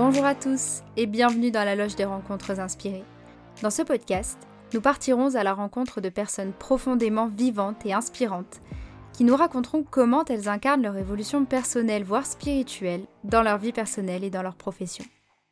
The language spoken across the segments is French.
Bonjour à tous et bienvenue dans la Loge des Rencontres Inspirées. Dans ce podcast, nous partirons à la rencontre de personnes profondément vivantes et inspirantes qui nous raconteront comment elles incarnent leur évolution personnelle voire spirituelle dans leur vie personnelle et dans leur profession.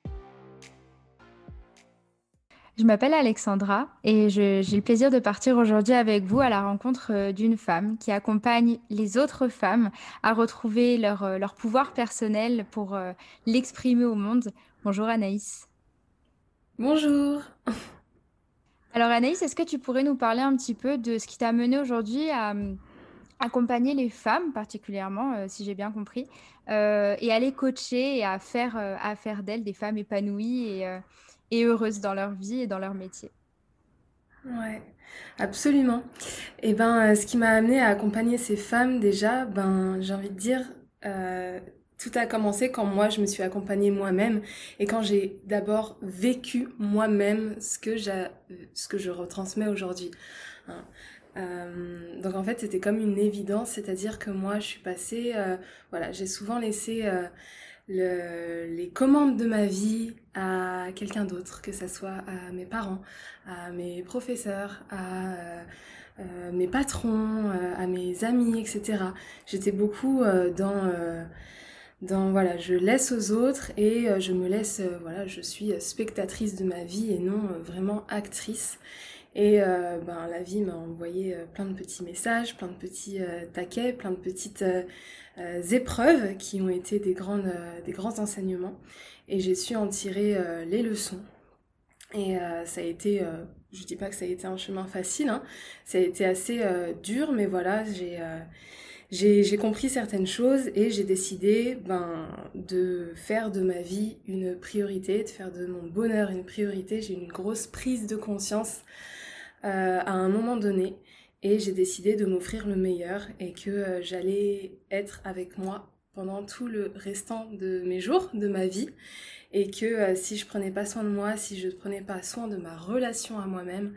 Je m'appelle Alexandra et j'ai le plaisir de partir aujourd'hui avec vous à la rencontre d'une femme qui accompagne les autres femmes à retrouver leur pouvoir personnel pour l'exprimer au monde. Bonjour Anaïs. Bonjour. Alors Anaïs, est-ce que tu pourrais nous parler un petit peu de ce qui t'a mené aujourd'hui à accompagner les femmes particulièrement, si j'ai bien compris, et à les coacher et à faire d'elles des femmes épanouies et heureuses dans leur vie et dans leur métier? Ouais, absolument. Ce qui m'a amené à accompagner ces femmes, déjà, j'ai envie de dire, tout a commencé quand moi, je me suis accompagnée moi-même et quand j'ai d'abord vécu moi-même ce que je retransmets aujourd'hui. Hein. Donc en fait, c'était comme une évidence, c'est-à-dire que moi, je suis passée, voilà, j'ai souvent laissé les commandes de ma vie à quelqu'un d'autre, que ce soit à mes parents, à mes professeurs, à mes patrons, à mes amis, etc. J'étais beaucoup voilà, je laisse aux autres et je me laisse, voilà, je suis spectatrice de ma vie et non vraiment actrice. Et la vie m'a envoyé plein de petits messages, plein de petits taquets, plein de petites épreuves qui ont été des grands enseignements. Et j'ai su en tirer les leçons. Et ça a été, je dis pas que ça a été un chemin facile, hein, ça a été assez dur, mais voilà, j'ai compris certaines choses et j'ai décidé de faire de ma vie une priorité, de faire de mon bonheur une priorité. J'ai eu une grosse prise de conscience à un moment donné et j'ai décidé de m'offrir le meilleur et que j'allais être avec moi pendant tout le restant de mes jours, de ma vie et que si je prenais pas soin de moi, si je prenais pas soin de ma relation à moi-même,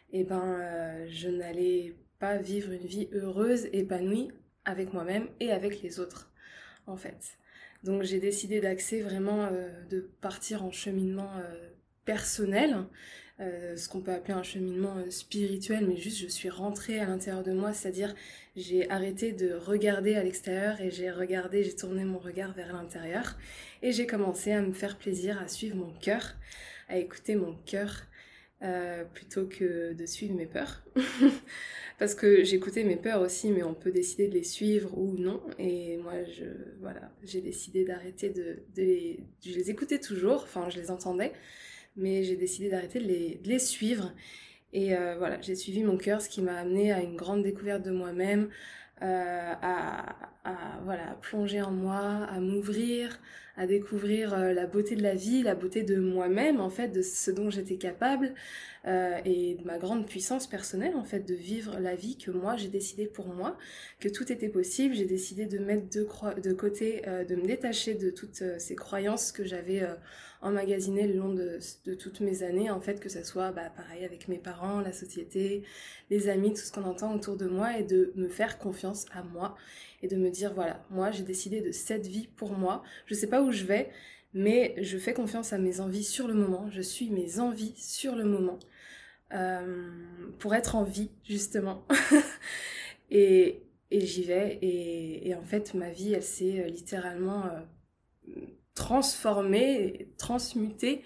je n'allais pas vivre une vie heureuse, épanouie avec moi-même et avec les autres en fait. Donc j'ai décidé d'axer vraiment de partir en cheminement personnel, ce qu'on peut appeler un cheminement spirituel, mais juste je suis rentrée à l'intérieur de moi, c'est-à-dire j'ai arrêté de regarder à l'extérieur et j'ai tourné mon regard vers l'intérieur et j'ai commencé à me faire plaisir, à suivre mon cœur, à écouter mon cœur plutôt que de suivre mes peurs. Parce que j'écoutais mes peurs aussi, mais on peut décider de les suivre ou non. Et moi, voilà, j'ai décidé d'arrêter je les écoutais toujours, enfin, je les entendais, mais j'ai décidé d'arrêter de les suivre. Et voilà, j'ai suivi mon cœur, ce qui m'a amené à une grande découverte de moi-même, voilà, à plonger en moi, à m'ouvrir, à découvrir la beauté de la vie, la beauté de moi-même, en fait, de ce dont j'étais capable, et de ma grande puissance personnelle, en fait, de vivre la vie que moi, j'ai décidé pour moi, que tout était possible. J'ai décidé de mettre de côté, de me détacher de toutes ces croyances que j'avais emmagasinées le long de toutes mes années, en fait, que ça soit pareil avec mes parents, la société, les amis, tout ce qu'on entend autour de moi, et de me faire confiance à moi et de me dire voilà, moi j'ai décidé de cette vie pour moi, je sais pas où je vais, mais je fais confiance à mes envies sur le moment, je suis mes envies sur le moment, pour être en vie justement. et, et j'y vais et en fait ma vie elle s'est littéralement transformée, transmutée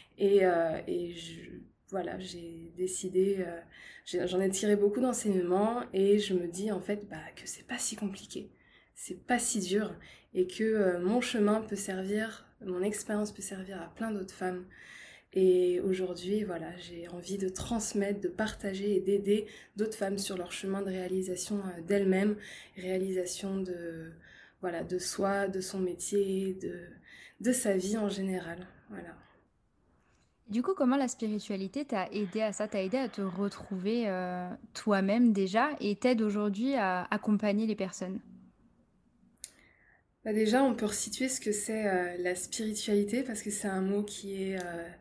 voilà, j'ai décidé, j'en ai tiré beaucoup d'enseignements et je me dis en fait que c'est pas si compliqué, c'est pas si dur et que mon chemin peut servir, mon expérience peut servir à plein d'autres femmes. Et aujourd'hui, voilà, j'ai envie de transmettre, de partager et d'aider d'autres femmes sur leur chemin de réalisation d'elles-mêmes, réalisation voilà, de soi, de son métier, de sa vie en général. Voilà. Du coup, comment la spiritualité t'a aidé à ça? T'a aidé à te retrouver toi-même déjà et t'aide aujourd'hui à accompagner les personnes? Déjà, on peut resituer ce que c'est la spiritualité parce que c'est un mot qui est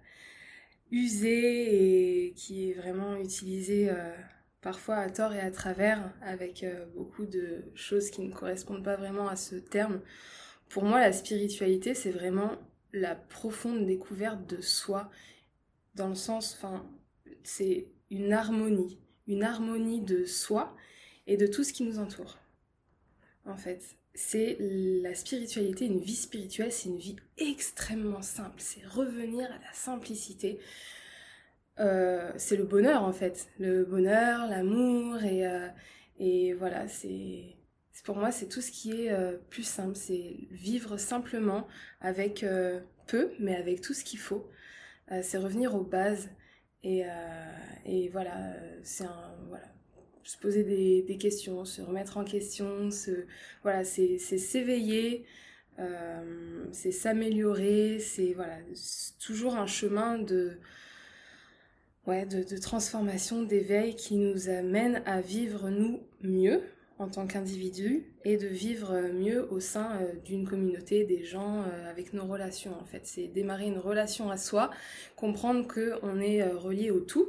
usé et qui est vraiment utilisé parfois à tort et à travers avec beaucoup de choses qui ne correspondent pas vraiment à ce terme. Pour moi, la spiritualité, c'est vraiment la profonde découverte de soi, dans le sens, enfin, c'est une harmonie de soi et de tout ce qui nous entoure, en fait. C'est la spiritualité, une vie spirituelle, c'est une vie extrêmement simple, c'est revenir à la simplicité. C'est le bonheur en fait, le bonheur, l'amour et voilà, pour moi c'est tout ce qui est plus simple, c'est vivre simplement avec peu, mais avec tout ce qu'il faut. C'est revenir aux bases et, et voilà, voilà, se poser des questions, se remettre en question, voilà, c'est s'éveiller, c'est s'améliorer, c'est voilà, c'est toujours un chemin de transformation, d'éveil qui nous amène à vivre nous mieux en tant qu'individus et de vivre mieux au sein d'une communauté, des gens, avec nos relations en fait. C'est démarrer une relation à soi, comprendre qu'on est relié au tout,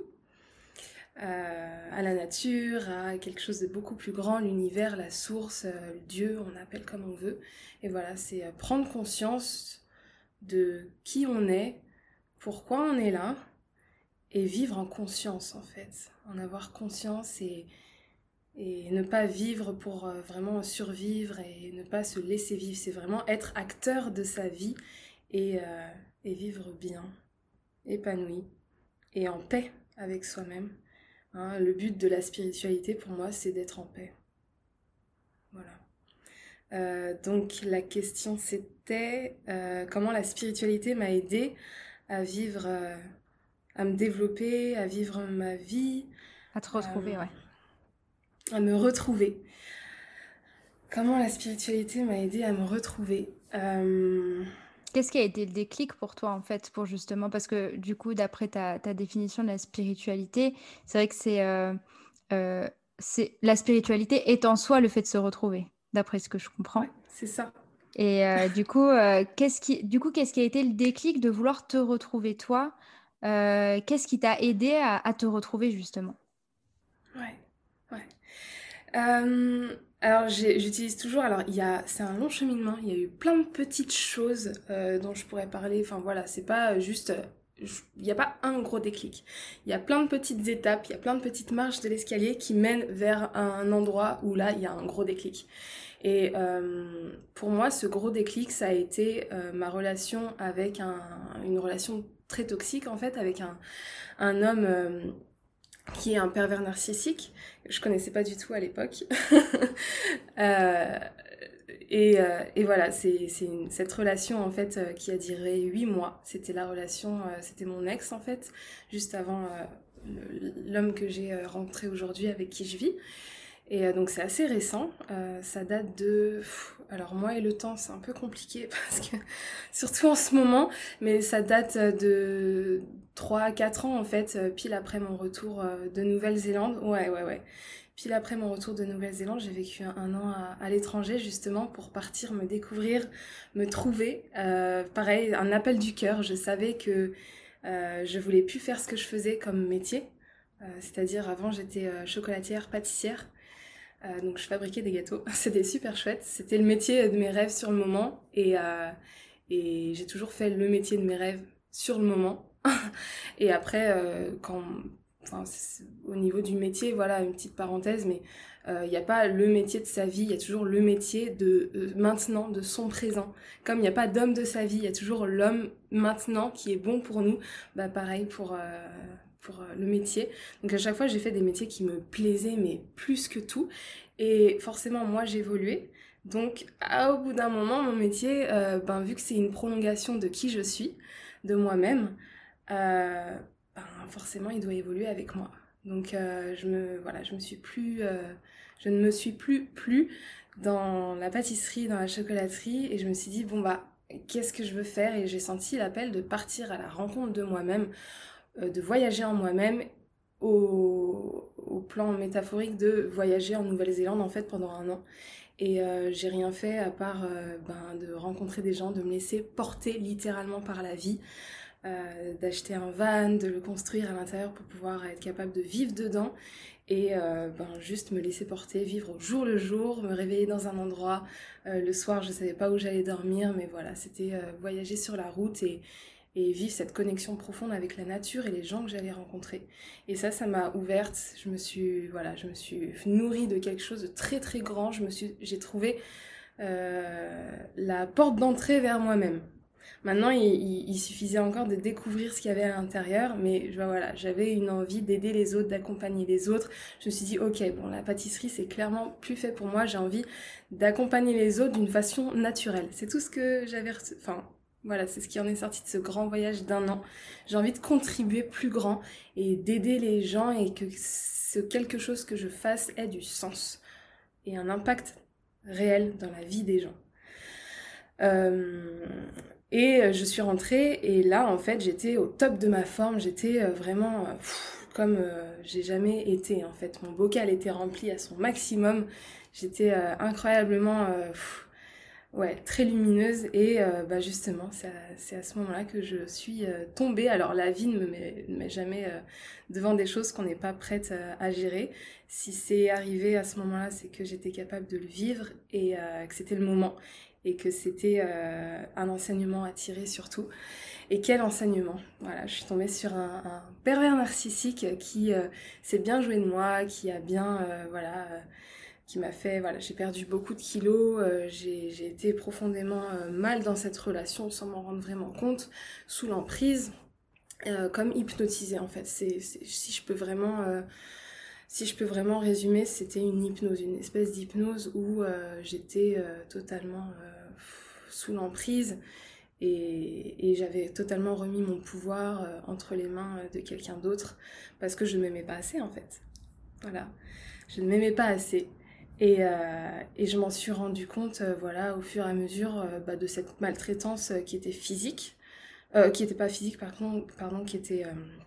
à la nature, à quelque chose de beaucoup plus grand, l'univers, la source, Dieu, on appelle comme on veut. Et voilà, c'est prendre conscience de qui on est, pourquoi on est là, et vivre en conscience en fait, en avoir conscience et ne pas vivre pour vraiment survivre et ne pas se laisser vivre, c'est vraiment être acteur de sa vie et, et vivre bien, épanoui et en paix avec soi-même. Hein, le but de la spiritualité pour moi c'est d'être en paix. Voilà. Donc la question c'était comment la spiritualité m'a aidée à vivre... à me développer, à vivre ma vie, À te retrouver, ouais. à me retrouver. Comment la spiritualité m'a aidée à me retrouver Qu'est-ce qui a été le déclic pour toi, en fait, pour justement, parce que du coup, d'après ta définition de la spiritualité, c'est vrai que la spiritualité est en soi le fait de se retrouver, d'après ce que je Ouais, comprends. c'est ça. Et qu'est-ce qui a été le déclic de vouloir te retrouver toi? Qu'est-ce qui t'a aidé à te retrouver justement? Ouais, ouais. Alors j'utilise toujours, alors c'est un long cheminement, il y a eu plein de petites choses dont je pourrais parler, enfin voilà, c'est pas juste, il n'y a pas un gros déclic. Il y a plein de petites étapes, il y a plein de petites marches de l'escalier qui mènent vers un endroit où là, il y a un gros déclic. Et pour moi, ce gros déclic, ça a été ma relation avec une relation très toxique en fait, avec un homme qui est un pervers narcissique. Je connaissais pas du tout à l'époque. euh, et voilà, cette relation en fait qui a duré 8 mois. C'était la relation, c'était mon ex en fait, juste avant l'homme que j'ai rencontré aujourd'hui avec qui je vis. Et donc c'est assez récent, ça date de... Alors moi et le temps c'est un peu compliqué parce que surtout en ce moment, mais ça date de 3 à 4 ans en fait, pile après mon retour de Nouvelle-Zélande. Ouais. Pile après mon retour de Nouvelle-Zélande, j'ai vécu un an à l'étranger justement pour partir me découvrir, me trouver. Pareil, un appel du cœur, je savais que je voulais plus faire ce que je faisais comme métier. C'est-à-dire avant j'étais chocolatière, pâtissière. Donc je fabriquais des gâteaux, c'était super chouette, c'était le métier de mes rêves sur le moment et j'ai toujours fait le métier de mes rêves sur le moment. Et après, enfin, au niveau du métier, voilà une petite parenthèse, mais il n'y a pas le métier de sa vie, il y a toujours le métier de maintenant, de son présent. Comme il n'y a pas d'homme de sa vie, il y a toujours l'homme maintenant qui est bon pour nous. Bah pareil pour le métier. Donc à chaque fois, j'ai fait des métiers qui me plaisaient, mais plus que tout. Et forcément, moi, j'évoluais. Donc, au bout d'un moment, mon métier, vu que c'est une prolongation de qui je suis, de moi-même, forcément, il doit évoluer avec moi. Donc, je ne me suis plus dans la pâtisserie, dans la chocolaterie, et je me suis dit, qu'est-ce que je veux faire? Et j'ai senti l'appel de partir à la rencontre de moi-même, de voyager en moi-même au plan métaphorique de voyager en Nouvelle-Zélande en fait pendant un an. Et j'ai rien fait à part de rencontrer des gens, de me laisser porter littéralement par la vie. d'acheter un van, de le construire à l'intérieur pour pouvoir être capable de vivre dedans et juste me laisser porter, vivre au jour le jour, me réveiller dans un endroit. Le soir, je savais pas où j'allais dormir, mais voilà, c'était voyager sur la route et vivre cette connexion profonde avec la nature et les gens que j'allais rencontrer. Et ça m'a ouverte. Je me suis nourrie de quelque chose de très très grand. J'ai trouvé la porte d'entrée vers moi-même. Maintenant, il suffisait encore de découvrir ce qu'il y avait à l'intérieur, mais voilà, j'avais une envie d'aider les autres, d'accompagner les autres. Je me suis dit, ok, bon, la pâtisserie, c'est clairement plus fait pour moi. J'ai envie d'accompagner les autres d'une façon naturelle. C'est tout ce que enfin, voilà, c'est ce qui en est sorti de ce grand voyage d'1 an. J'ai envie de contribuer plus grand et d'aider les gens et que ce quelque chose que je fasse ait du sens et un impact réel dans la vie des gens. Je suis rentrée et là, en fait, j'étais au top de ma forme. J'étais vraiment comme j'ai jamais été, en fait. Mon bocal était rempli à son maximum. J'étais incroyablement très lumineuse. Et justement, c'est à ce moment-là que je suis tombée. Alors, la vie ne me met jamais devant des choses qu'on n'est pas prête à gérer. Si c'est arrivé à ce moment-là, c'est que j'étais capable de le vivre et que c'était le moment. Et que c'était un enseignement à tirer surtout. Et quel enseignement! Voilà, je suis tombée sur un pervers narcissique qui s'est bien joué de moi, qui a bien, qui m'a fait, voilà, j'ai perdu beaucoup de kilos, j'ai été profondément mal dans cette relation sans m'en rendre vraiment compte, sous l'emprise, comme hypnotisée en fait. Si je peux vraiment résumer, c'était une hypnose, une espèce d'hypnose où j'étais totalement sous l'emprise et j'avais totalement remis mon pouvoir entre les mains de quelqu'un d'autre parce que je ne m'aimais pas assez en fait. Voilà, je ne m'aimais pas assez. Et je m'en suis rendu compte voilà, au fur et à mesure de cette maltraitance qui était physique, qui n'était pas physique pardon qui était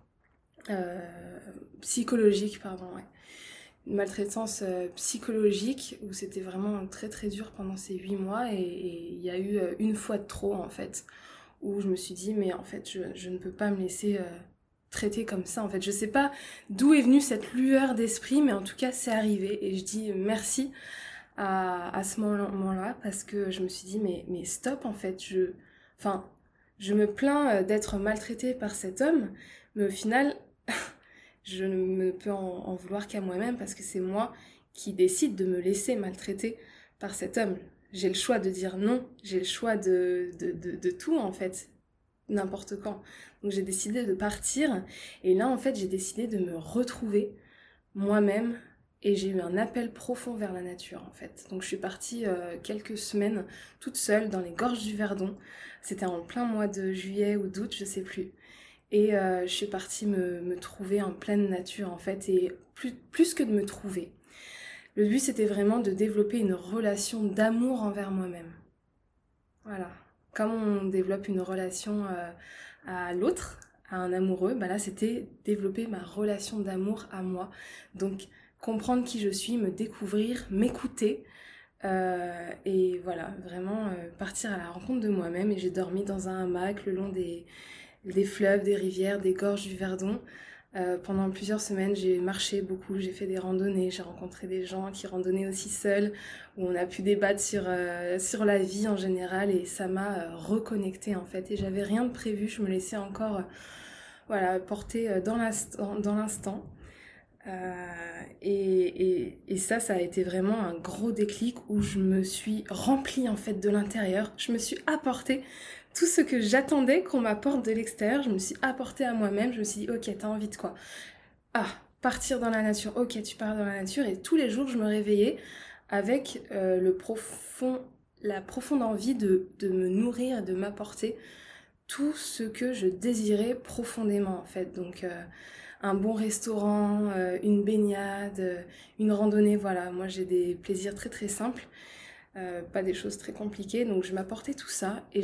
psychologique, pardon, ouais. Une maltraitance psychologique où c'était vraiment très très dur pendant ces 8 mois et il y a eu une fois de trop en fait où je me suis dit mais en fait je ne peux pas me laisser traiter comme ça en fait. Je sais pas d'où est venue cette lueur d'esprit mais en tout cas c'est arrivé et je dis merci à ce moment-là parce que je me suis dit mais stop en fait, je me plains d'être maltraitée par cet homme mais au final je ne me peux en vouloir qu'à moi-même parce que c'est moi qui décide de me laisser maltraiter par cet homme. J'ai le choix de dire non, j'ai le choix de tout en fait, n'importe quand. Donc j'ai décidé de partir et là en fait j'ai décidé de me retrouver moi-même et j'ai eu un appel profond vers la nature en fait. Donc je suis partie quelques semaines toute seule dans les gorges du Verdon. C'était en plein mois de juillet ou d'août, je sais plus. Et je suis partie me trouver en pleine nature en fait, et plus que de me trouver. Le but c'était vraiment de développer une relation d'amour envers moi-même. Voilà. Comme on développe une relation à l'autre, à un amoureux, là c'était développer ma relation d'amour à moi. Donc comprendre qui je suis, me découvrir, m'écouter. Et voilà, vraiment partir à la rencontre de moi-même. Et j'ai dormi dans un hamac le long des fleuves, des rivières, des gorges du Verdon. Pendant plusieurs semaines, j'ai marché beaucoup, j'ai fait des randonnées, j'ai rencontré des gens qui randonnaient aussi seuls, où on a pu débattre sur la vie en général, et ça m'a reconnectée en fait. Et j'avais rien de prévu, je me laissais encore voilà, porter dans l'instant. Et ça a été vraiment un gros déclic où je me suis remplie en fait de l'intérieur. Je me suis apporté tout ce que j'attendais qu'on m'apporte de l'extérieur. Je me suis apporté à moi-même. Je me suis dit, ok, t'as envie de quoi? Ah, partir dans la nature. Ok, tu pars dans la nature. Et tous les jours, je me réveillais avec la profonde envie de me nourrir, de m'apporter tout ce que je désirais profondément en fait. Donc un bon restaurant, une baignade, une randonnée, voilà. Moi j'ai des plaisirs très très simples, pas des choses très compliquées. Donc je m'apportais tout ça et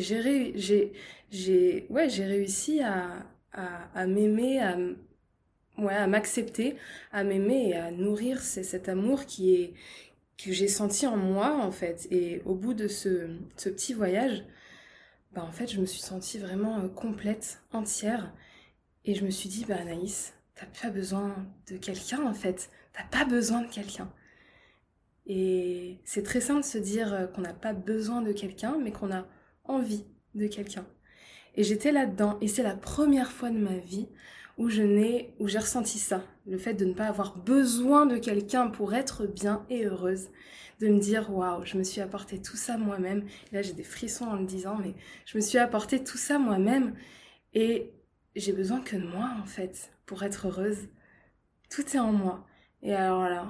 j'ai réussi à m'aimer, à m'accepter, à m'aimer et à nourrir cet amour que j'ai senti en moi en fait. Et au bout de ce petit voyage, bah, en fait, je me suis sentie vraiment complète, entière. Et je me suis dit, bah Anaïs, t'as pas besoin de quelqu'un en fait. T'as pas besoin de quelqu'un. Et c'est très simple de se dire qu'on n'a pas besoin de quelqu'un, mais qu'on a envie de quelqu'un. Et j'étais là-dedans, et c'est la première fois de ma vie où j'ai ressenti ça. Le fait de ne pas avoir besoin de quelqu'un pour être bien et heureuse. De me dire, waouh, je me suis apporté tout ça moi-même. Et là, j'ai des frissons en le disant, mais je me suis apporté tout ça moi-même. Et j'ai besoin que de moi, en fait, pour être heureuse. Tout est en moi. Et alors là,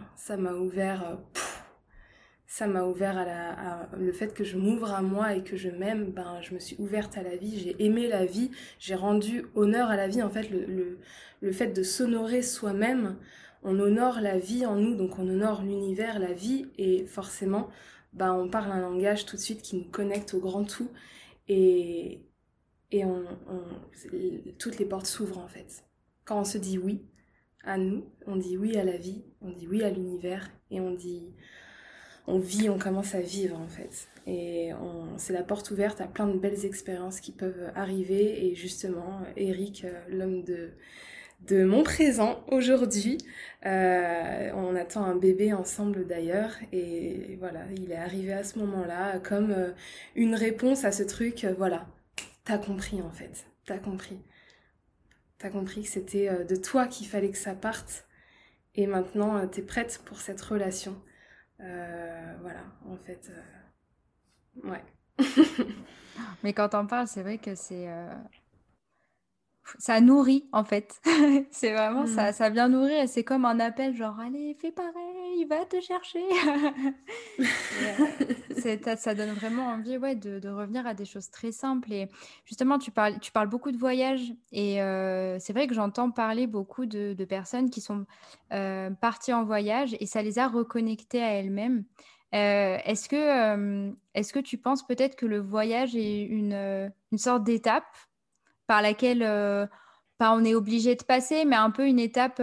ça m'a ouvert le fait que je m'ouvre à moi et que je m'aime. Ben, je me suis ouverte à la vie, j'ai aimé la vie, j'ai rendu honneur à la vie. En fait, le fait de s'honorer soi-même, on honore la vie en nous, donc on honore l'univers, la vie, et forcément, ben, on parle un langage tout de suite qui nous connecte au grand tout. Et, et toutes les portes s'ouvrent en fait. Quand on se dit oui à nous, on dit oui à la vie, on dit oui à l'univers et on vit, on commence à vivre en fait. C'est la porte ouverte à plein de belles expériences qui peuvent arriver et justement, Eric, l'homme de mon présent aujourd'hui. On attend un bébé ensemble d'ailleurs et voilà, il est arrivé à ce moment-là comme une réponse à ce truc, voilà, t'as compris en fait, t'as compris. T'as compris que c'était de toi qu'il fallait que ça parte et maintenant t'es prête pour cette relation. Voilà, en fait, ouais. Mais quand on parle, c'est vrai que ça nourrit en fait. C'est vraiment ça, Mm. ça vient nourrir et c'est comme un appel genre allez, fais pareil, va te chercher. Et ça donne vraiment envie ouais, de revenir à des choses très simples. Et justement, tu parles beaucoup de voyages et c'est vrai que j'entends parler beaucoup de personnes qui sont parties en voyage et ça les a reconnectées à elles-mêmes. Est-ce que tu penses peut-être que le voyage est une sorte d'étape par laquelle pas on est obligé de passer, mais un peu une étape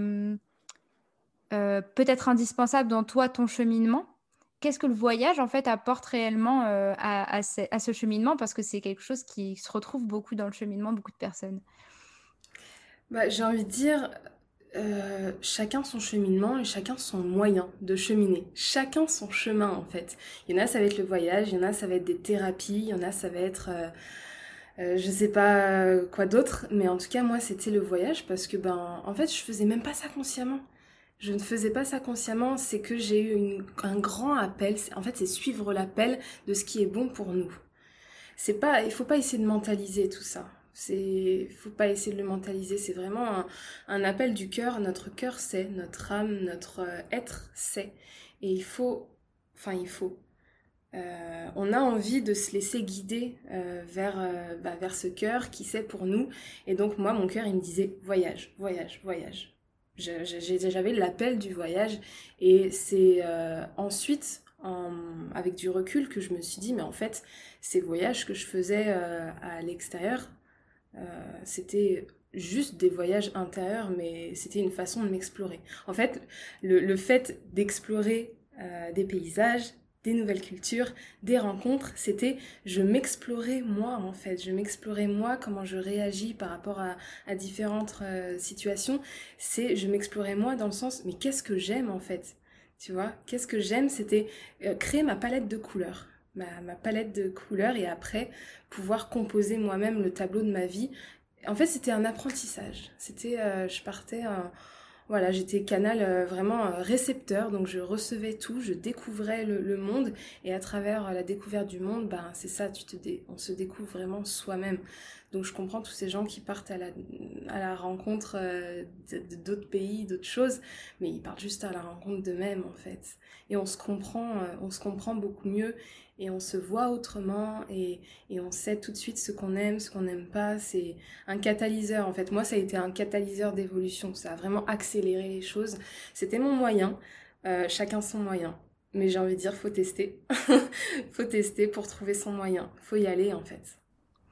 peut-être indispensable dans toi, ton cheminement. Qu'est-ce que le voyage, en fait, apporte réellement à ce cheminement? Parce que c'est quelque chose qui se retrouve beaucoup dans le cheminement de beaucoup de personnes. Bah, j'ai envie de dire, chacun son cheminement et chacun son moyen de cheminer. Chacun son chemin en fait. Il y en a, ça va être le voyage, il y en a, ça va être des thérapies, il y en a, ça va être je sais pas quoi d'autre, mais en tout cas moi c'était le voyage parce que ben en fait je faisais même pas ça consciemment. Je ne faisais pas ça consciemment, c'est que j'ai eu un grand appel. En fait, c'est suivre l'appel de ce qui est bon pour nous. C'est pas, il faut pas essayer de mentaliser tout ça. Faut pas essayer de le mentaliser. C'est vraiment un appel du cœur. Notre cœur sait, notre âme, notre être sait. Et il faut. On a envie de se laisser guider vers ce cœur qui sait pour nous. Et donc moi, mon cœur, il me disait voyage, voyage, voyage. J'avais l'appel du voyage et c'est ensuite, avec du recul, que je me suis dit, mais en fait, ces voyages que je faisais à l'extérieur, c'était juste des voyages intérieurs, mais c'était une façon de m'explorer. En fait, le fait d'explorer des paysages, des nouvelles cultures, des rencontres, je m'explorais moi en fait, je m'explorais moi, comment je réagis par rapport à différentes situations, je m'explorais moi dans le sens, mais qu'est-ce que j'aime en fait, tu vois, qu'est-ce que j'aime, c'était créer ma palette de couleurs, ma palette de couleurs et après pouvoir composer moi-même le tableau de ma vie. En fait, c'était un apprentissage, je partais voilà, j'étais canal vraiment récepteur, donc je recevais tout, je découvrais le monde, et à travers la découverte du monde, ben c'est ça, on se découvre vraiment soi-même. Donc je comprends tous ces gens qui partent à la rencontre d'autres pays, d'autres choses, mais ils partent juste à la rencontre d'eux-mêmes en fait. Et on se comprend beaucoup mieux, et on se voit autrement, et on sait tout de suite ce qu'on aime, ce qu'on n'aime pas. C'est un catalyseur en fait. Moi, ça a été un catalyseur d'évolution. Ça a vraiment accéléré les choses. C'était mon moyen. Chacun son moyen. Mais j'ai envie de dire, faut tester. Faut tester pour trouver son moyen. Faut y aller en fait.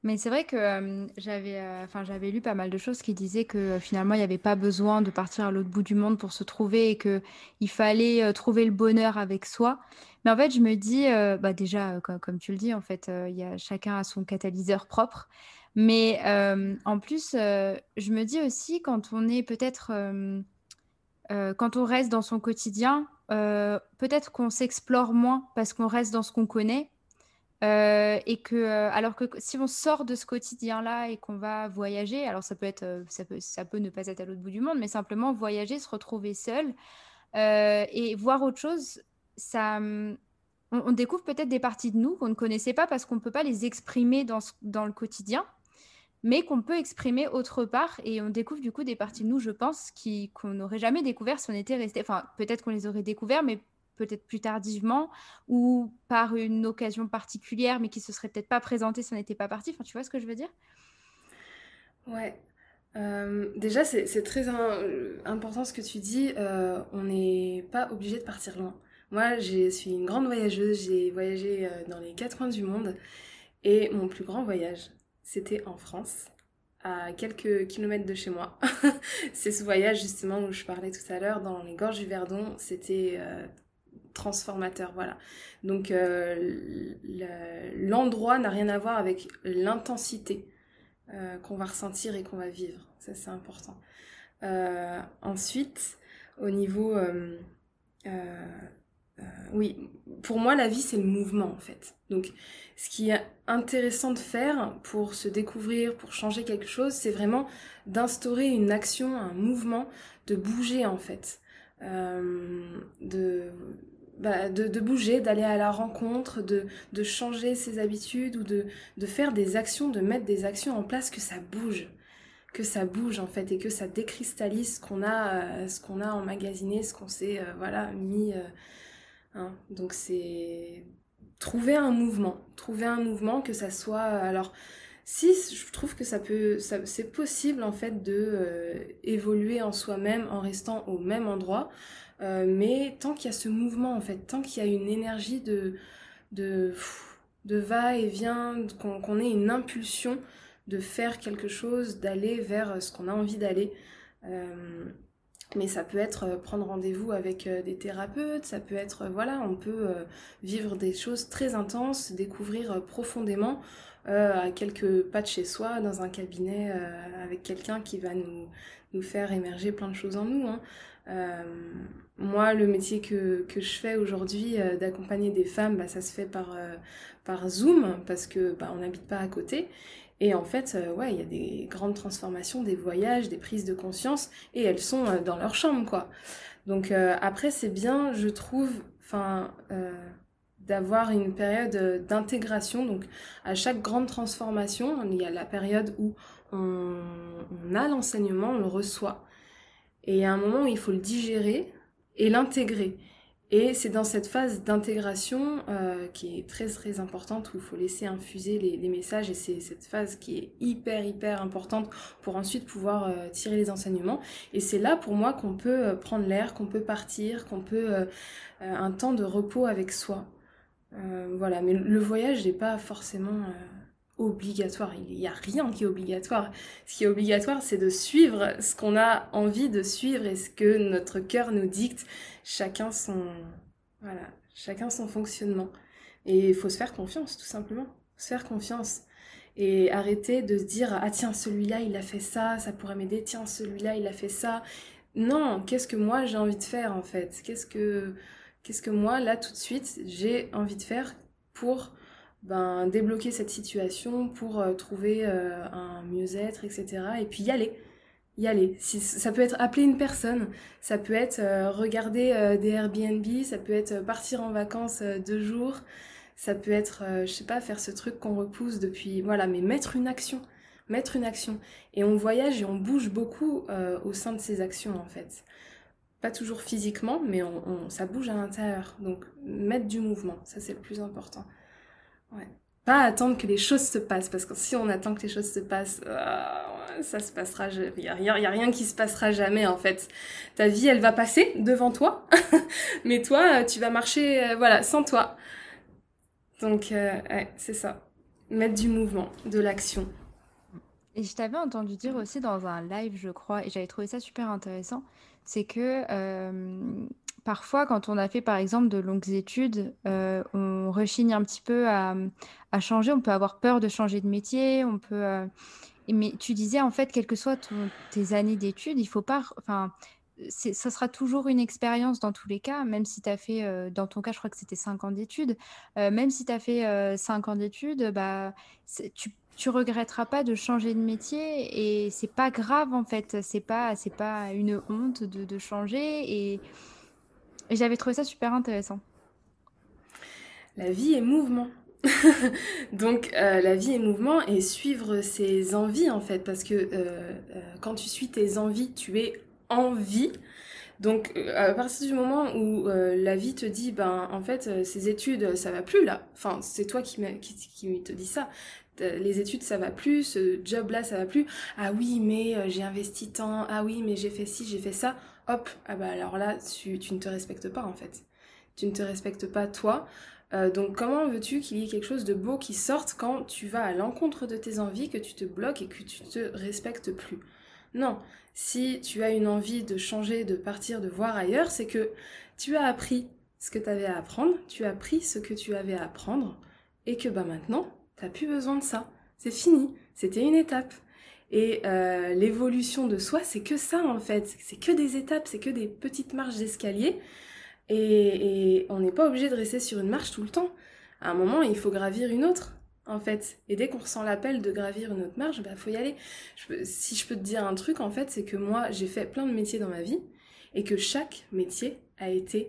Mais c'est vrai que j'avais lu pas mal de choses qui disaient que finalement il n'y avait pas besoin de partir à l'autre bout du monde pour se trouver et que il fallait trouver le bonheur avec soi. Mais en fait, je me dis, bah déjà, comme tu le dis, en fait, il y a, chacun a son catalyseur propre. Mais en plus, je me dis aussi, quand on est peut-être, quand on reste dans son quotidien, peut-être qu'on s'explore moins parce qu'on reste dans ce qu'on connaît. Et que, alors que si on sort de ce quotidien-là et qu'on va voyager, alors ça peut être, ça peut ne pas être à l'autre bout du monde, mais simplement voyager, se retrouver seul, et voir autre chose, ça, on découvre peut-être des parties de nous qu'on ne connaissait pas parce qu'on ne peut pas les exprimer dans le quotidien, mais qu'on peut exprimer autre part et on découvre du coup des parties de nous, je pense, qu'on n'aurait jamais découvert si on était resté. Enfin, peut-être qu'on les aurait découverts, mais peut-être plus tardivement ou par une occasion particulière, mais qui se serait peut-être pas présentée si on n'était pas parti. Enfin, tu vois ce que je veux dire? Ouais. Déjà, c'est très important ce que tu dis. On n'est pas obligé de partir loin. Moi, je suis une grande voyageuse. J'ai voyagé dans les quatre coins du monde. Et mon plus grand voyage, c'était en France, à quelques kilomètres de chez moi. C'est ce voyage justement où je parlais tout à l'heure, dans les gorges du Verdon. C'était transformateur, voilà. Donc l'endroit n'a rien à voir avec l'intensité qu'on va ressentir et qu'on va vivre. Ça, c'est important. Ensuite, au niveau... euh, oui, pour moi, la vie, c'est le mouvement, en fait. Donc, ce qui est intéressant de faire pour se découvrir, pour changer quelque chose, c'est vraiment d'instaurer une action, un mouvement, de bouger, en fait. De, de bouger, d'aller à la rencontre, de changer ses habitudes ou de faire des actions, de mettre des actions en place que ça bouge en fait et que ça décristallise ce qu'on a emmagasiné, ce qu'on s'est voilà mis hein. Donc c'est trouver un mouvement que ça soit alors si je trouve que c'est possible en fait de évoluer en soi-même en restant au même endroit, mais tant qu'il y a ce mouvement en fait, tant qu'il y a une énergie de, de va-et-vient, qu'on ait une impulsion de faire quelque chose, d'aller vers ce qu'on a envie d'aller. Mais ça peut être prendre rendez-vous avec des thérapeutes, ça peut être, voilà, on peut vivre des choses très intenses, découvrir profondément à quelques pas de chez soi, dans un cabinet avec quelqu'un qui va nous faire émerger plein de choses en nous, hein. Euh, Moi, le métier que je fais aujourd'hui, d'accompagner des femmes, bah, ça se fait par Zoom, parce que bah, on n'habite pas à côté. Et en fait, ouais, il y a des grandes transformations, des voyages, des prises de conscience, et elles sont dans leur chambre, quoi. Donc après, c'est bien, je trouve, enfin, d'avoir une période d'intégration. Donc à chaque grande transformation, il y a la période où on a l'enseignement, on le reçoit. Et il y a un moment où il faut le digérer et l'intégrer. Et c'est dans cette phase d'intégration qui est très très importante où il faut laisser infuser les messages et c'est cette phase qui est hyper importante pour ensuite pouvoir tirer les enseignements. Et c'est là pour moi qu'on peut prendre l'air, qu'on peut partir, qu'on peut un temps de repos avec soi. Voilà, mais le voyage n'est pas forcément obligatoire. Il n'y a rien qui est obligatoire. Ce qui est obligatoire, c'est de suivre ce qu'on a envie de suivre et ce que notre cœur nous dicte. Chacun son, voilà, chacun son fonctionnement. Et il faut se faire confiance, tout simplement. Faut se faire confiance. Et arrêter de se dire, ah tiens, celui-là, il a fait ça, ça pourrait m'aider. Tiens, celui-là, il a fait ça. Non, qu'est-ce que moi j'ai envie de faire en fait? Qu'est-ce que moi, là, tout de suite, j'ai envie de faire pour ben, débloquer cette situation, pour trouver un mieux-être, etc. Et puis y aller. Y aller. Si, ça peut être appeler une personne, ça peut être regarder des Airbnb, ça peut être partir en vacances 2 jours, ça peut être, je sais pas, faire ce truc qu'on repousse depuis... Voilà, mais mettre une action. Mettre une action. Et on voyage et on bouge beaucoup au sein de ces actions, en fait. Pas toujours physiquement, mais ça bouge à l'intérieur. Donc, mettre du mouvement, ça c'est le plus important. Ouais. Pas attendre que les choses se passent, parce que si on attend que les choses se passent, ça se passera, y a rien qui se passera jamais en fait. Ta vie, elle va passer devant toi, mais toi, tu vas marcher, voilà, sans toi. Donc, ouais, c'est ça. Mettre du mouvement, de l'action. Et je t'avais entendu dire aussi dans un live, je crois, et j'avais trouvé ça super intéressant, c'est que parfois, quand on a fait par exemple de longues études, on rechigne un petit peu à changer, on peut avoir peur de changer de métier, on peut... mais tu disais en fait, quelles que soient tes années d'études, il faut pas... Enfin, ça sera toujours une expérience dans tous les cas, même si tu as fait, dans ton cas, je crois que c'était 5 ans d'études, même si tu as fait 5 ans d'études, bah, tu regretteras pas de changer de métier et c'est pas grave en fait, c'est pas une honte de changer et j'avais trouvé ça super intéressant. La vie est mouvement. Donc la vie est mouvement et suivre ses envies en fait, parce que quand tu suis tes envies, tu es en vie. Donc à partir du moment où la vie te dit, ben en fait ces études ça va plus là, enfin c'est toi qui te dis ça. Les études ça va plus, ce job là ça va plus. Ah oui mais j'ai investi tant, ah oui mais j'ai fait ci, j'ai fait ça. Hop, ah bah alors là tu ne te respectes pas en fait. Tu ne te respectes pas toi. Donc comment veux-tu qu'il y ait quelque chose de beau qui sorte quand tu vas à l'encontre de tes envies, que tu te bloques et que tu te respectes plus? Non, si tu as une envie de changer, de partir, de voir ailleurs, c'est que tu as appris ce que tu avais à apprendre, tu as appris ce que tu avais à apprendre, et que bah maintenant, t'as plus besoin de ça. C'est fini, c'était une étape. Et l'évolution de soi, c'est que ça en fait, c'est que des étapes, c'est que des petites marches d'escalier, et on n'est pas obligé de rester sur une marche tout le temps. À un moment, il faut gravir une autre, en fait. Et dès qu'on ressent l'appel de gravir une autre marche, bah faut y aller. Si je peux te dire un truc, en fait, c'est que moi, j'ai fait plein de métiers dans ma vie, et que chaque métier a été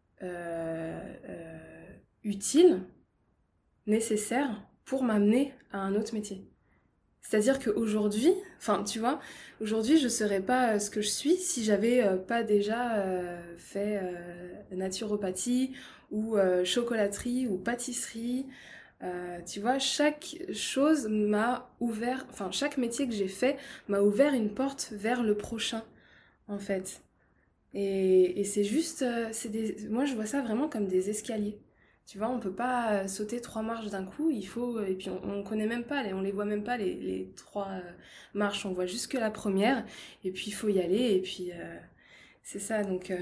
utile, nécessaire, pour m'amener à un autre métier. C'est-à-dire qu'aujourd'hui, enfin tu vois, aujourd'hui je ne serais pas ce que je suis si j'avais pas déjà fait naturopathie ou chocolaterie ou pâtisserie. Tu vois, chaque chose m'a ouvert, enfin chaque métier que j'ai fait m'a ouvert une porte vers le prochain en fait. Et c'est juste, moi je vois ça vraiment comme des escaliers. Tu vois, on peut pas sauter 3 marches d'un coup, il faut, et puis on connaît même pas, on les voit même pas les 3 marches, on voit juste que la première, et puis il faut y aller, et puis c'est ça,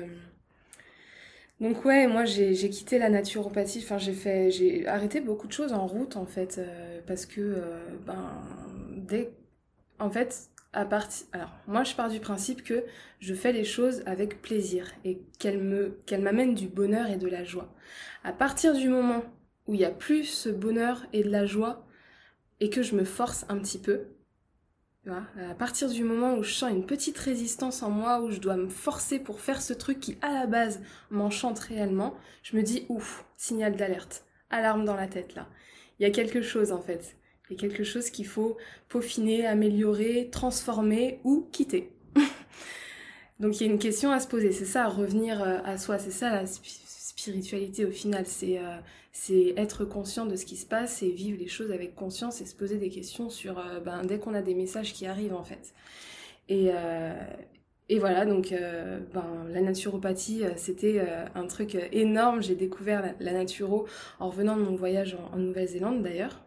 donc ouais, moi j'ai quitté la naturopathie, enfin j'ai arrêté beaucoup de choses en route en fait, parce que, ben, dès en fait, alors, moi, je pars du principe que je fais les choses avec plaisir et qu'elles m'amènent du bonheur et de la joie. À partir du moment où il y a plus ce bonheur et de la joie et que je me force un petit peu, tu vois, à partir du moment où je sens une petite résistance en moi, où je dois me forcer pour faire ce truc qui, à la base, m'enchante réellement, je me dis, ouf, signal d'alerte, alarme dans la tête là. Il y a quelque chose en fait. Il y a quelque chose qu'il faut peaufiner, améliorer, transformer ou quitter. Donc il y a une question à se poser, c'est ça, revenir à soi, c'est ça la spiritualité au final, c'est être conscient de ce qui se passe et vivre les choses avec conscience et se poser des questions sur, ben, dès qu'on a des messages qui arrivent en fait. Et, euh, et voilà, donc ben, la naturopathie, c'était un truc énorme, j'ai découvert la naturo en revenant de mon voyage en Nouvelle-Zélande d'ailleurs.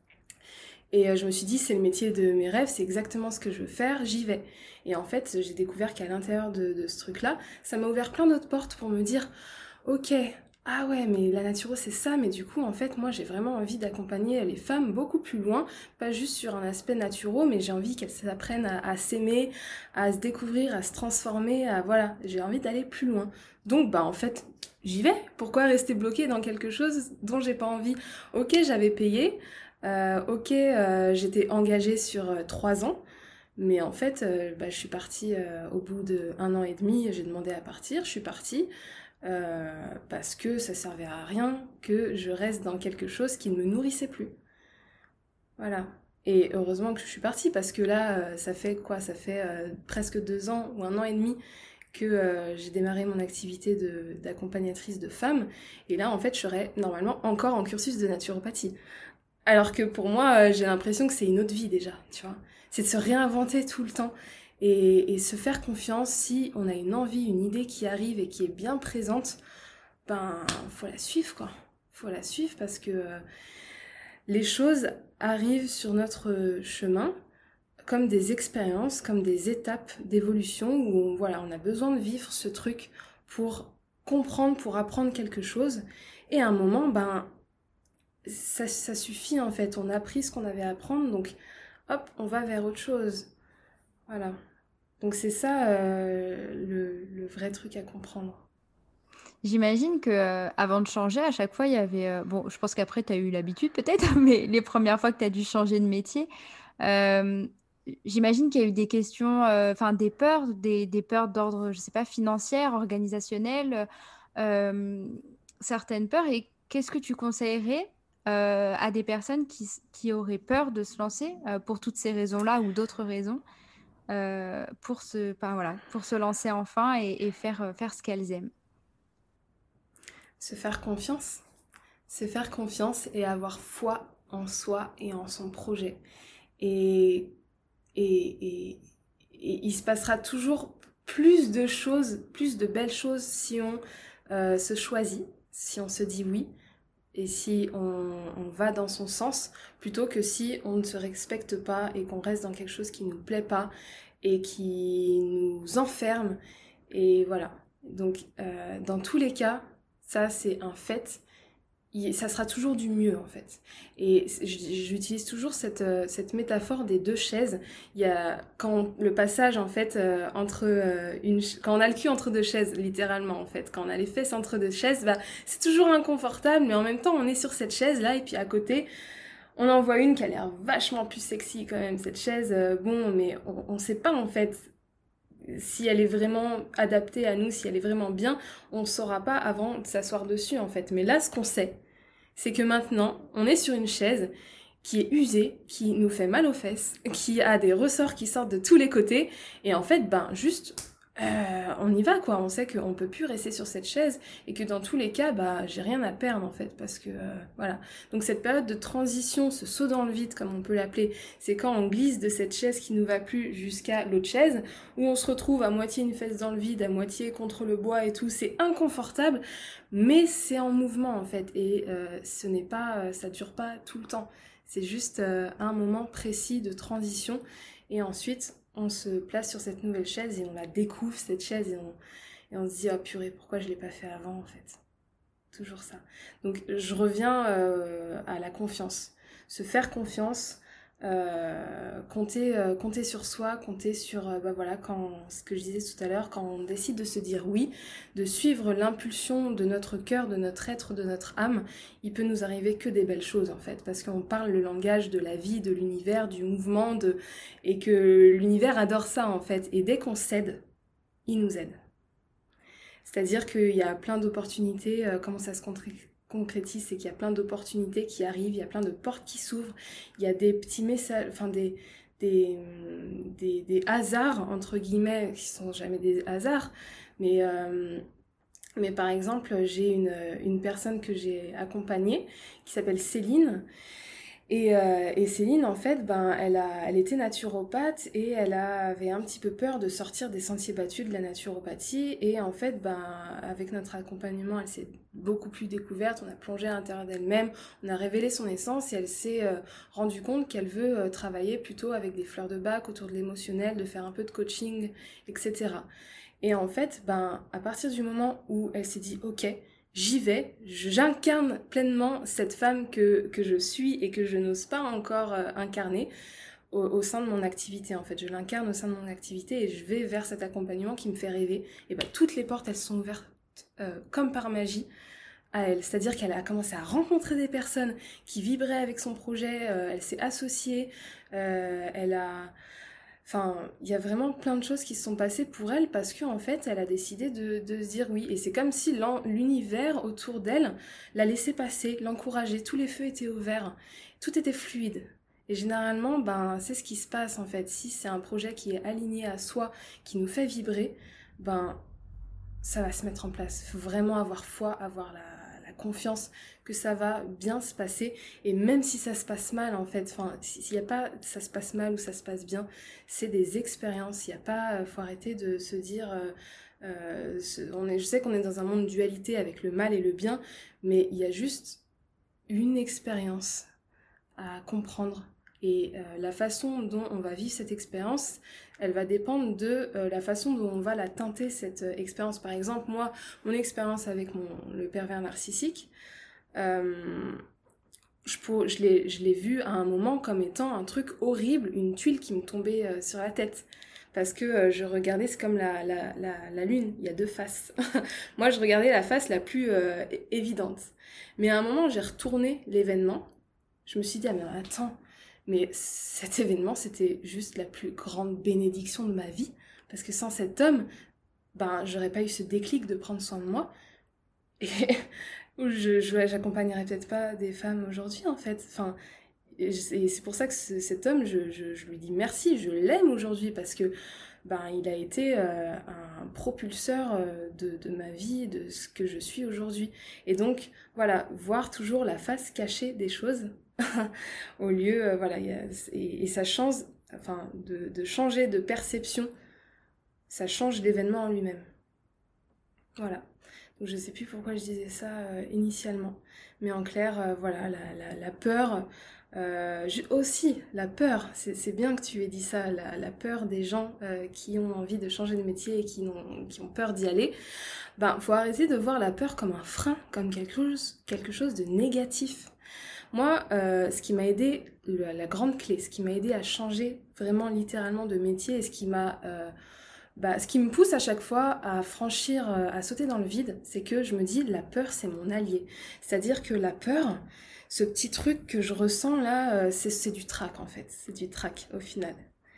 Et je me suis dit, c'est le métier de mes rêves, c'est exactement ce que je veux faire, j'y vais. Et en fait, j'ai découvert qu'à l'intérieur de ce truc-là, ça m'a ouvert plein d'autres portes pour me dire, ok, ah ouais, mais la naturo c'est ça, mais du coup, en fait, moi j'ai vraiment envie d'accompagner les femmes beaucoup plus loin, pas juste sur un aspect naturo, mais j'ai envie qu'elles apprennent à s'aimer, à se découvrir, à se transformer, à voilà, j'ai envie d'aller plus loin. Donc, bah en fait, j'y vais. Pourquoi rester bloquée dans quelque chose dont j'ai pas envie? Ok, j'avais payé. Ok, j'étais engagée sur 3 ans, mais en fait, bah, je suis partie au bout d'1 an et demi, j'ai demandé à partir, je suis partie parce que ça servait à rien que je reste dans quelque chose qui ne me nourrissait plus. Voilà. Et heureusement que je suis partie parce que là, ça fait quoi? Ça fait presque 2 ans ou 1 an et demi que j'ai démarré mon activité d'accompagnatrice de femmes. Et là, en fait, je serais normalement encore en cursus de naturopathie. Alors que pour moi, j'ai l'impression que c'est une autre vie déjà, tu vois. C'est de se réinventer tout le temps et se faire confiance si on a une envie, une idée qui arrive et qui est bien présente, ben faut la suivre quoi. Faut la suivre parce que les choses arrivent sur notre chemin comme des expériences, comme des étapes d'évolution où voilà, on a besoin de vivre ce truc pour comprendre, pour apprendre quelque chose. Et à un moment, ben, ça suffit en fait. On a appris ce qu'on avait à apprendre, donc hop, on va vers autre chose. Voilà. Donc c'est ça le vrai truc à comprendre. J'imagine que, avant de changer, à chaque fois, il y avait, bon, je pense qu'après tu as eu l'habitude peut-être, mais les premières fois que tu as dû changer de métier, hem, j'imagine qu'il y a eu des questions, enfin des peurs d'ordre, je sais pas, financière, organisationnel, certaines peurs et qu'est-ce que tu conseillerais, à des personnes qui auraient peur de se lancer, pour toutes ces raisons-là ou d'autres raisons, pour se lancer enfin et faire ce qu'elles aiment? Se faire confiance. Se faire confiance et avoir foi en soi et en son projet. Et, et il se passera toujours plus de choses, plus de belles choses si on se choisit, si on se dit oui et si on va dans son sens, plutôt que si on ne se respecte pas et qu'on reste dans quelque chose qui ne nous plaît pas et qui nous enferme. Et voilà. Donc, dans tous les cas, ça c'est un fait, ça sera toujours du mieux en fait. Et j'utilise toujours cette métaphore des deux chaises. Il y a quand le passage en fait quand on a le cul entre deux chaises littéralement en fait, quand on a les fesses entre deux chaises, bah c'est toujours inconfortable, mais en même temps on est sur cette chaise là et puis à côté on en voit une qui a l'air vachement plus sexy quand même cette chaise. Bon, mais on sait pas en fait si elle est vraiment adaptée à nous, si elle est vraiment bien, on ne saura pas avant de s'asseoir dessus en fait. Mais là, ce qu'on sait, c'est que maintenant, on est sur une chaise qui est usée, qui nous fait mal aux fesses, qui a des ressorts qui sortent de tous les côtés, et en fait, ben, juste, on y va, quoi. On sait qu'on peut plus rester sur cette chaise, et que dans tous les cas, bah, j'ai rien à perdre, en fait, parce que, voilà. Donc cette période de transition, ce saut dans le vide, comme on peut l'appeler, c'est quand on glisse de cette chaise qui nous va plus jusqu'à l'autre chaise, où on se retrouve à moitié une fesse dans le vide, à moitié contre le bois et tout, c'est inconfortable, mais c'est en mouvement en fait et ce n'est pas ça dure pas tout le temps, c'est juste un moment précis de transition et ensuite on se place sur cette nouvelle chaise et on la découvre cette chaise et on se dit oh purée pourquoi je l'ai pas fait avant en fait, toujours ça. Donc je reviens à la confiance, se faire confiance, compter sur soi, compter sur bah voilà, quand ce que je disais tout à l'heure, quand on décide de se dire oui, de suivre l'impulsion de notre cœur, de notre être, de notre âme, il peut nous arriver que des belles choses en fait, parce qu'on parle le langage de la vie, de l'univers, du mouvement, et que l'univers adore ça en fait, et dès qu'on cède, il nous aide. C'est-à-dire qu'il y a plein d'opportunités, comment ça se concrétise, c'est qu'il y a plein d'opportunités qui arrivent, il y a plein de portes qui s'ouvrent, il y a des petits messages, enfin des hasards, entre guillemets, qui sont jamais des hasards, mais, euh, mais par exemple, j'ai une personne que j'ai accompagnée qui s'appelle Céline, et Céline, en fait, ben, elle était naturopathe et elle avait un petit peu peur de sortir des sentiers battus de la naturopathie. Et en fait, ben, avec notre accompagnement, elle s'est beaucoup plus découverte. On a plongé à l'intérieur d'elle-même, on a révélé son essence et elle s'est rendue compte qu'elle veut travailler plutôt avec des fleurs de bac autour de l'émotionnel, de faire un peu de coaching, etc. Et en fait, ben, à partir du moment où elle s'est dit, ok, j'y vais, j'incarne pleinement cette femme que je suis et que je n'ose pas encore incarner au sein de mon activité en fait. Je l'incarne au sein de mon activité et je vais vers cet accompagnement qui me fait rêver. Et ben toutes les portes elles sont ouvertes comme par magie à elle. C'est-à-dire qu'elle a commencé à rencontrer des personnes qui vibraient avec son projet, elle s'est associée, elle a enfin, il y a vraiment plein de choses qui se sont passées pour elle parce qu'en fait, elle a décidé de se dire oui. Et c'est comme si l'univers autour d'elle la laissait passer, l'encourageait. Tous les feux étaient ouverts. Tout était fluide. Et généralement, ben, c'est ce qui se passe en fait. Si c'est un projet qui est aligné à soi, qui nous fait vibrer, ben, ça va se mettre en place. Il faut vraiment avoir foi, avoir la confiance que ça va bien se passer. Et même si ça se passe mal, en fait, enfin, s'il n'y a pas ça se passe mal ou ça se passe bien, c'est des expériences. Il n'y a pas, faut arrêter de se dire, je sais qu'on est dans un monde de dualité avec le mal et le bien, mais il y a juste une expérience à comprendre. Et la façon dont on va vivre cette expérience, elle va dépendre de la façon dont on va la teinter, cette expérience. Par exemple, moi, mon expérience avec le pervers narcissique, euh, je l'ai vu à un moment comme étant un truc horrible, une tuile qui me tombait sur la tête. Parce que je regardais, c'est comme la lune, il y a deux faces. Moi, je regardais la face la plus évidente. Mais à un moment, j'ai retourné l'événement. Je me suis dit, ah mais attends, mais cet événement, c'était juste la plus grande bénédiction de ma vie. Parce que sans cet homme, ben, j'aurais pas eu ce déclic de prendre soin de moi. Et j'accompagnerais peut-être pas des femmes aujourd'hui, en fait. Enfin, et c'est pour ça que cet homme, je lui dis merci, je l'aime aujourd'hui parce que ben, il a été un propulseur de ma vie, de ce que je suis aujourd'hui. Et donc, voilà, voir toujours la face cachée des choses au lieu, voilà, et ça change, enfin, de changer de perception, ça change l'événement en lui-même. Voilà. Donc je sais plus pourquoi je disais ça initialement. Mais en clair, voilà, la peur. Aussi, la peur, c'est bien que tu aies dit ça, la peur des gens qui ont envie de changer de métier et qui ont peur d'y aller. Ben, faut arrêter de voir la peur comme un frein, comme quelque chose de négatif. Moi, ce qui m'a aidé, la grande clé, ce qui m'a aidé à changer vraiment littéralement de métier et ce qui me pousse à chaque fois à franchir, à sauter dans le vide, c'est que je me dis la peur c'est mon allié. C'est-à-dire que la peur, ce petit truc que je ressens là, c'est du trac en fait, c'est du trac au final.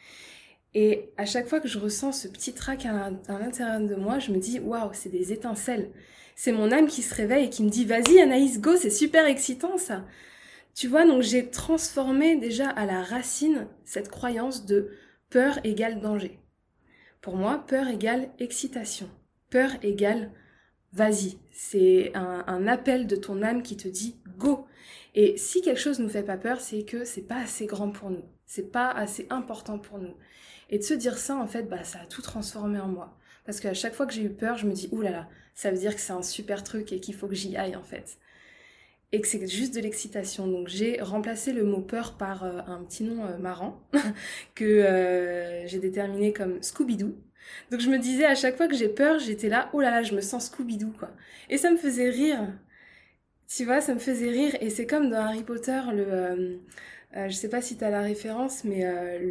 Et à chaque fois que je ressens ce petit trac à l'intérieur de moi, je me dis waouh, c'est des étincelles. C'est mon âme qui se réveille et qui me dit vas-y Anaïs, go, c'est super excitant ça. Tu vois, donc j'ai transformé déjà à la racine cette croyance de peur égale danger. Pour moi, peur égale excitation. Peur égale vas-y. C'est un appel de ton âme qui te dit go. Et si quelque chose ne nous fait pas peur, c'est que c'est pas assez grand pour nous. C'est pas assez important pour nous. Et de se dire ça, en fait, bah, ça a tout transformé en moi. Parce qu'à chaque fois que j'ai eu peur, je me dis, oulala, ça veut dire que c'est un super truc et qu'il faut que j'y aille, en fait. Et que c'est juste de l'excitation. Donc j'ai remplacé le mot peur par un petit nom marrant que j'ai déterminé comme Scooby-Doo. Donc je me disais à chaque fois que j'ai peur, j'étais là, oh là là, je me sens Scooby-Doo quoi. Et ça me faisait rire. Tu vois, ça me faisait rire. Et c'est comme dans Harry Potter, je sais pas si t'as la référence, mais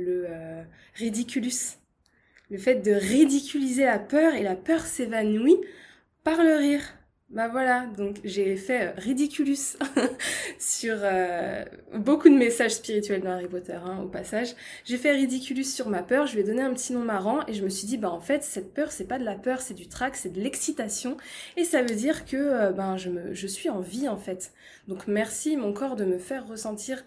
Ridiculus. Le fait de ridiculiser la peur et la peur s'évanouit par le rire. Bah voilà, donc j'ai fait Ridiculus sur beaucoup de messages spirituels dans Harry Potter, hein, au passage. J'ai fait Ridiculus sur ma peur, je lui ai donné un petit nom marrant et je me suis dit, bah en fait, cette peur, c'est pas de la peur, c'est du trac, c'est de l'excitation. Et ça veut dire que je suis en vie en fait. Donc merci mon corps de me faire ressentir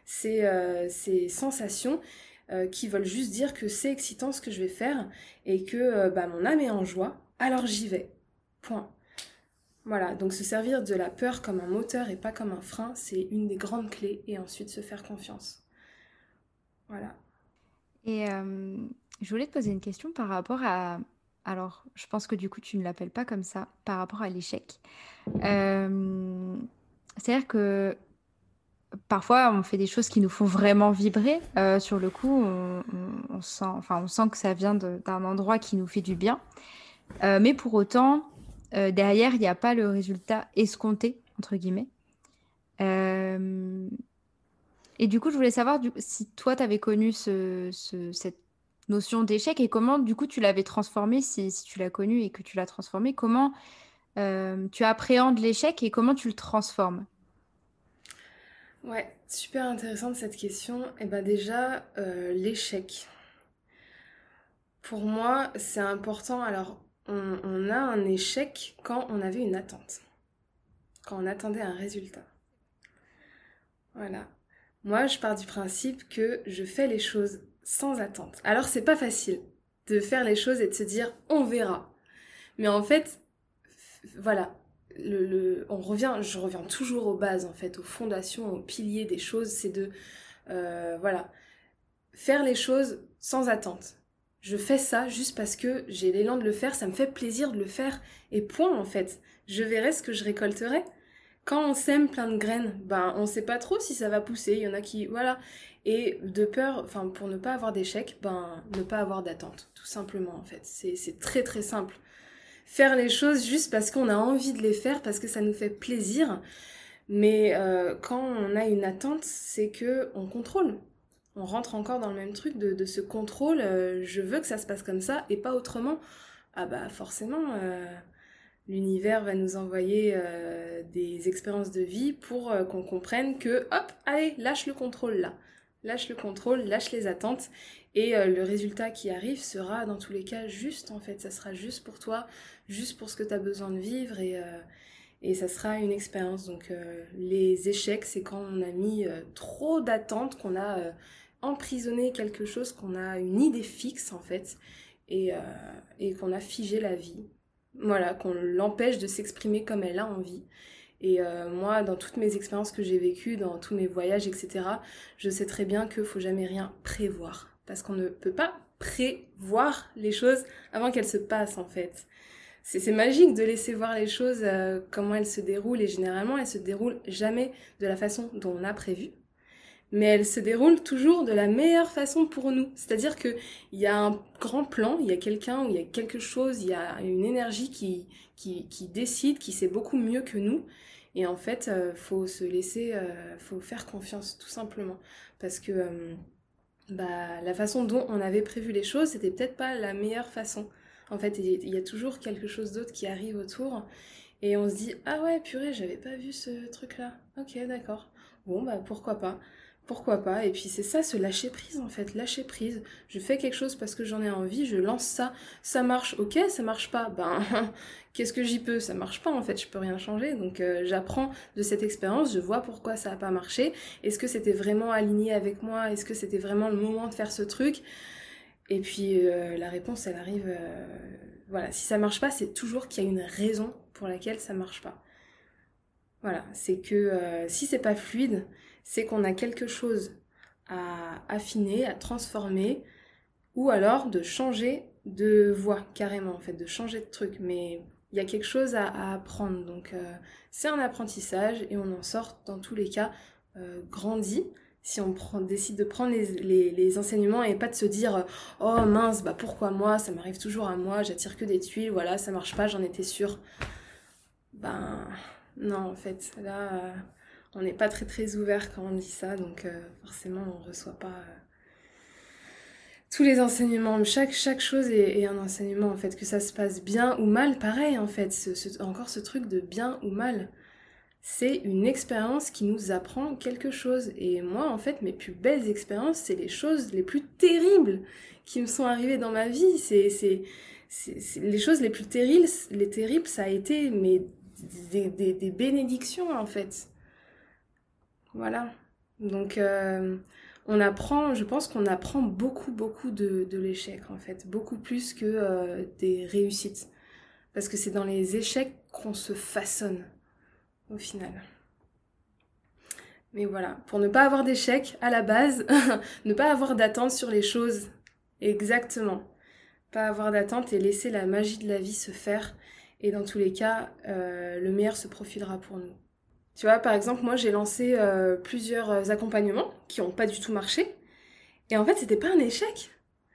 ces sensations qui veulent juste dire que c'est excitant ce que je vais faire et que mon âme est en joie, alors j'y vais. Point. Voilà, donc se servir de la peur comme un moteur et pas comme un frein, c'est une des grandes clés et ensuite se faire confiance. Voilà. Et je voulais te poser une question par rapport à... Alors, je pense que du coup, tu ne l'appelles pas comme ça, par rapport à l'échec. Euh, C'est-à-dire que parfois, on fait des choses qui nous font vraiment vibrer. Sur le coup, on sent, enfin, on sent que ça vient d'un endroit qui nous fait du bien. Mais pour autant, derrière, il n'y a pas le résultat escompté, entre guillemets. Euh, et du coup, je voulais savoir si toi, tu avais connu cette notion d'échec et comment, du coup, tu l'avais transformée, si tu l'as connu et que tu l'as transformée, comment tu appréhendes l'échec et comment tu le transformes? Ouais, super intéressante cette question. Et ben déjà, l'échec. Pour moi, c'est important. Alors, on a un échec quand on avait une attente, quand on attendait un résultat. Voilà. Moi, je pars du principe que je fais les choses sans attente. Alors, c'est pas facile de faire les choses et de se dire on verra. Mais en fait, voilà, je reviens toujours aux bases en fait, aux fondations, aux piliers des choses, c'est de, voilà, faire les choses sans attente. Je fais ça juste parce que j'ai l'élan de le faire, ça me fait plaisir de le faire, et point en fait. Je verrai ce que je récolterai. quand on sème plein de graines, ben on sait pas trop si ça va pousser. Il y en a qui, voilà. Et de peur, enfin pour ne pas avoir d'échec, ben ne pas avoir d'attente, tout simplement en fait. C'est très très simple. Faire les choses juste parce qu'on a envie de les faire, parce que ça nous fait plaisir. Mais quand on a une attente, c'est que on contrôle. On rentre encore dans le même truc de ce contrôle. Je veux que ça se passe comme ça et pas autrement. Ah bah forcément, l'univers va nous envoyer des expériences de vie pour qu'on comprenne que, hop, allez, lâche le contrôle là. Lâche le contrôle, lâche les attentes. Et le résultat qui arrive sera dans tous les cas juste en fait. Ça sera juste pour toi, juste pour ce que tu as besoin de vivre et ça sera une expérience. Donc les échecs, c'est quand on a mis trop d'attentes, qu'on a emprisonné quelque chose, qu'on a une idée fixe en fait, et, euh, et qu'on a figé la vie. Voilà, qu'on l'empêche de s'exprimer comme elle a envie. Et moi, dans toutes mes expériences que j'ai vécues, dans tous mes voyages, etc., je sais très bien qu'il ne faut jamais rien prévoir. Parce qu'on ne peut pas prévoir les choses avant qu'elles se passent, en fait. C'est magique de laisser voir les choses, comment elles se déroulent, et généralement, elles se déroulent jamais de la façon dont on a prévu, mais elles se déroulent toujours de la meilleure façon pour nous. C'est-à-dire qu'il y a un grand plan, il y a quelqu'un, ou il y a quelque chose, il y a une énergie qui décide, qui sait beaucoup mieux que nous, et en fait, faut se laisser, faut faire confiance, tout simplement. Parce que bah, la façon dont on avait prévu les choses, c'était peut-être pas la meilleure façon. En fait, il y a toujours quelque chose d'autre qui arrive autour et on se dit ah ouais purée, j'avais pas vu ce truc-là. Ok, d'accord. Bon bah pourquoi pas. Pourquoi pas. Et puis c'est ça, se lâcher prise en fait, lâcher prise. Je fais quelque chose parce que j'en ai envie, je lance ça, ça marche, ok, ça marche pas, ben qu'est-ce que j'y peux? Ça marche pas en fait, je peux rien changer. Donc j'apprends de cette expérience, je vois pourquoi ça a pas marché. Est-ce que c'était vraiment aligné avec moi? Est-ce que c'était vraiment le moment de faire ce truc? Et puis la réponse, elle arrive. Voilà, si ça marche pas, c'est toujours qu'il y a une raison pour laquelle ça marche pas. Voilà, c'est que si c'est pas fluide, c'est qu'on a quelque chose à affiner, à transformer, ou alors de changer de voie carrément, en fait, de changer de truc. Mais il y a quelque chose à apprendre. Donc c'est un apprentissage et on en sort dans tous les cas grandi. Si on décide de prendre les enseignements et pas de se dire oh mince, bah pourquoi moi, ça m'arrive toujours à moi, j'attire que des tuiles, voilà, ça marche pas, j'en étais sûre. Ben non, en fait, là, on n'est pas très très ouvert quand on dit ça, donc forcément on reçoit pas tous les enseignements. Chaque chose est un enseignement en fait, que ça se passe bien ou mal, pareil en fait, encore ce truc de bien ou mal. C'est une expérience qui nous apprend quelque chose. Et moi, en fait, mes plus belles expériences, c'est les choses les plus terribles qui me sont arrivées dans ma vie. Les choses les plus terribles, ça a été des bénédictions, en fait. Voilà. Donc, on apprend, je pense qu'on apprend beaucoup, beaucoup de l'échec, en fait. Beaucoup plus que des réussites. Parce que c'est dans les échecs qu'on se façonne, au final. Mais voilà, pour ne pas avoir d'échec à la base, ne pas avoir d'attente sur les choses. Exactement. Pas avoir d'attente et laisser la magie de la vie se faire. Et dans tous les cas, le meilleur se profilera pour nous. Tu vois, par exemple, moi j'ai lancé plusieurs accompagnements qui n'ont pas du tout marché. Et en fait, c'était pas un échec.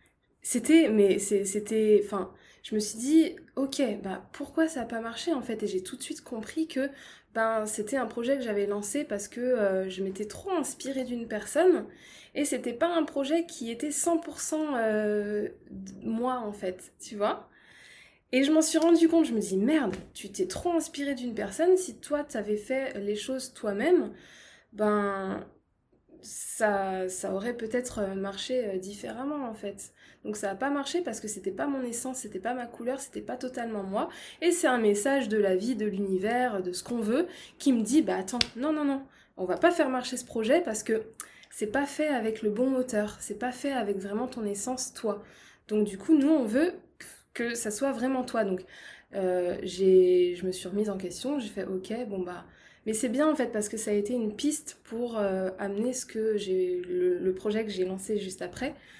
Enfin, je me suis dit, ok, bah pourquoi ça n'a pas marché en fait? Et j'ai tout de suite compris que ben c'était un projet que j'avais lancé parce que je m'étais trop inspirée d'une personne et c'était pas un projet qui était 100% moi en fait, tu vois? Et je m'en suis rendu compte, je me dis merde, tu t'es trop inspirée d'une personne, si toi t'avais fait les choses toi-même, ben ça aurait peut-être marché différemment en fait. Donc ça n'a pas marché parce que c'était pas mon essence, c'était pas ma couleur, c'était pas totalement moi. Et c'est un message de la vie, de l'univers, de ce qu'on veut, qui me dit bah attends, non, non, non, on va pas faire marcher ce projet parce que c'est pas fait avec le bon moteur, c'est pas fait avec vraiment ton essence, toi. Donc du coup, nous on veut que ça soit vraiment toi. Donc je me suis remise en question, j'ai fait ok, bon bah mais c'est bien en fait parce que ça a été une piste pour amener le projet que j'ai lancé juste après.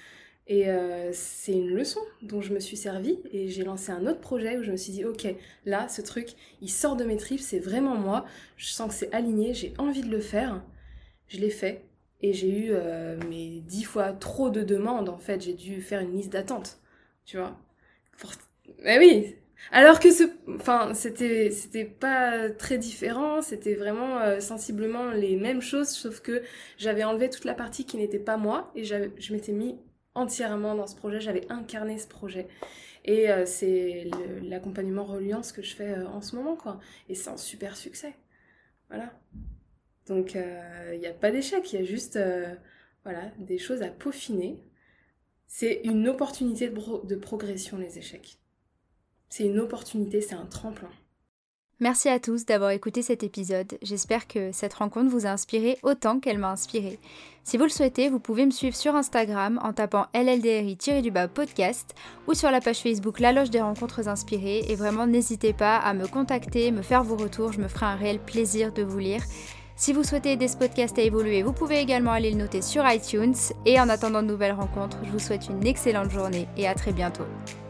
Et c'est une leçon dont je me suis servie et j'ai lancé un autre projet où je me suis dit ok, là ce truc il sort de mes tripes, c'est vraiment moi, je sens que c'est aligné, j'ai envie de le faire, je l'ai fait et j'ai eu mes 10 fois trop de demandes en fait, j'ai dû faire une liste d'attente, tu vois. Mais oui, alors que c'était pas très différent, c'était vraiment sensiblement les mêmes choses, sauf que j'avais enlevé toute la partie qui n'était pas moi et je m'étais mis entièrement dans ce projet, j'avais incarné ce projet. Et c'est l'accompagnement Reliance que je fais en ce moment, quoi. Et c'est un super succès. Voilà. Donc, il n'y a pas d'échec, il y a juste voilà, des choses à peaufiner. C'est une opportunité de progression, les échecs. C'est une opportunité, c'est un tremplin. Merci à tous d'avoir écouté cet épisode. J'espère que cette rencontre vous a inspiré autant qu'elle m'a inspiré. Si vous le souhaitez, vous pouvez me suivre sur Instagram en tapant LLDRI-podcast ou sur la page Facebook La Loge des Rencontres Inspirées. Et vraiment, n'hésitez pas à me contacter, me faire vos retours. Je me ferai un réel plaisir de vous lire. Si vous souhaitez aider ce podcast à évoluer, vous pouvez également aller le noter sur iTunes. Et en attendant de nouvelles rencontres, je vous souhaite une excellente journée et à très bientôt.